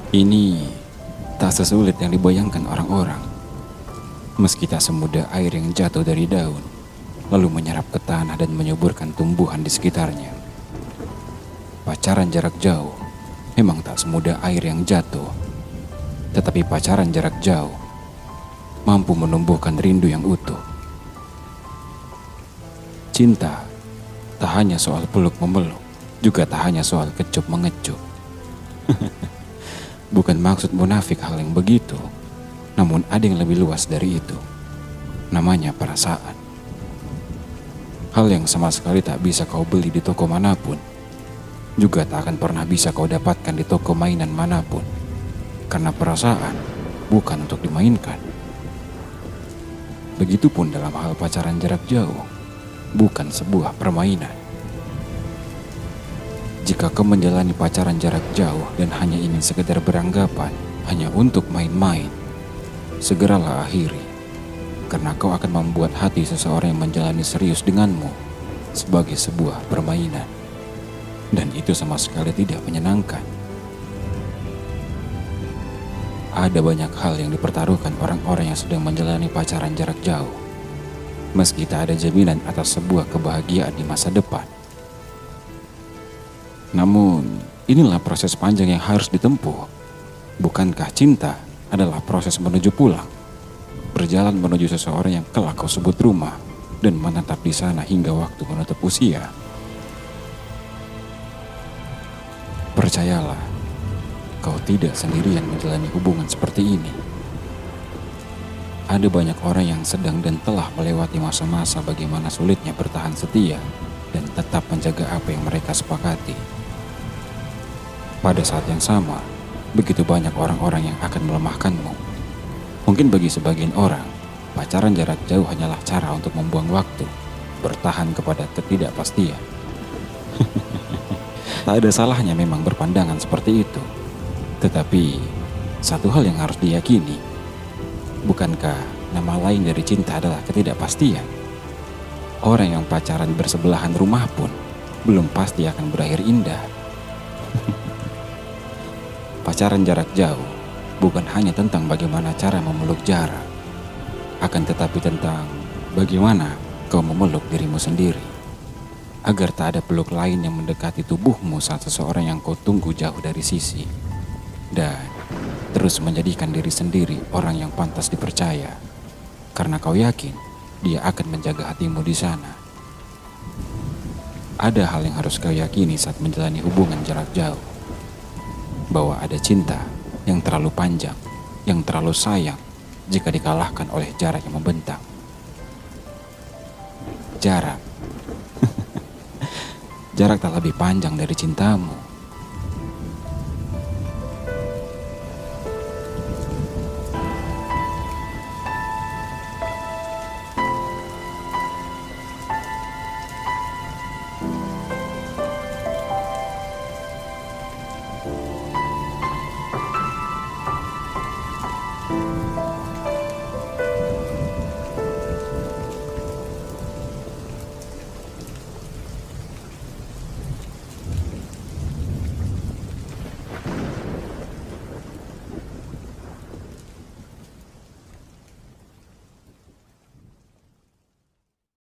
Ini tak sesulit yang dibayangkan orang-orang. Meski tak semudah air yang jatuh dari daun, lalu menyerap ke tanah dan menyuburkan tumbuhan di sekitarnya. Pacaran jarak jauh memang tak semudah air yang jatuh, tetapi pacaran jarak jauh mampu menumbuhkan rindu yang utuh. Cinta tak hanya soal peluk-memeluk, juga tak hanya soal kecup-mengecup. Bukan maksud munafik hal yang begitu, namun ada yang lebih luas dari itu. Namanya perasaan. Hal yang sama sekali tak bisa kau beli di toko manapun, juga tak akan pernah bisa kau dapatkan di toko mainan manapun. Karena perasaan bukan untuk dimainkan. Begitupun dalam hal pacaran jarak jauh, bukan sebuah permainan. Jika kau menjalani pacaran jarak jauh dan hanya ingin sekedar beranggapan, hanya untuk main-main, segeralah akhiri. Karena kau akan membuat hati seseorang yang menjalani serius denganmu sebagai sebuah permainan. Dan itu sama sekali tidak menyenangkan. Ada banyak hal yang dipertaruhkan orang-orang yang sedang menjalani pacaran jarak jauh, meski tak ada jaminan atas sebuah kebahagiaan di masa depan. Namun, inilah proses panjang yang harus ditempuh. Bukankah cinta adalah proses menuju pulang? Berjalan menuju seseorang yang kelak kau sebut rumah dan menetap di sana hingga waktu menutup usia. Percayalah, kau tidak sendirian menjalani hubungan seperti ini. Ada banyak orang yang sedang dan telah melewati masa-masa bagaimana sulitnya bertahan setia dan tetap menjaga apa yang mereka sepakati. Pada saat yang sama, begitu banyak orang-orang yang akan melemahkanmu. Mungkin bagi sebagian orang, pacaran jarak jauh hanyalah cara untuk membuang waktu, bertahan kepada ketidakpastian. Tak ada salahnya memang berpandangan seperti itu. Tetapi, satu hal yang harus diyakini, bukankah nama lain dari cinta adalah ketidakpastian? Orang yang pacaran bersebelahan rumah pun belum pasti akan berakhir indah. Pacaran jarak jauh bukan hanya tentang bagaimana cara memeluk jarak, akan tetapi tentang bagaimana kau memeluk dirimu sendiri, agar tak ada peluk lain yang mendekati tubuhmu saat seseorang yang kau tunggu jauh dari sisi, dan terus menjadikan diri sendiri orang yang pantas dipercaya, karena kau yakin dia akan menjaga hatimu di sana. Ada hal yang harus kau yakini saat menjalani hubungan jarak jauh, bahwa ada cinta yang terlalu panjang, yang terlalu sayang jika dikalahkan oleh jarak yang membentang. Jarak. Jarak tak lebih panjang dari cintamu.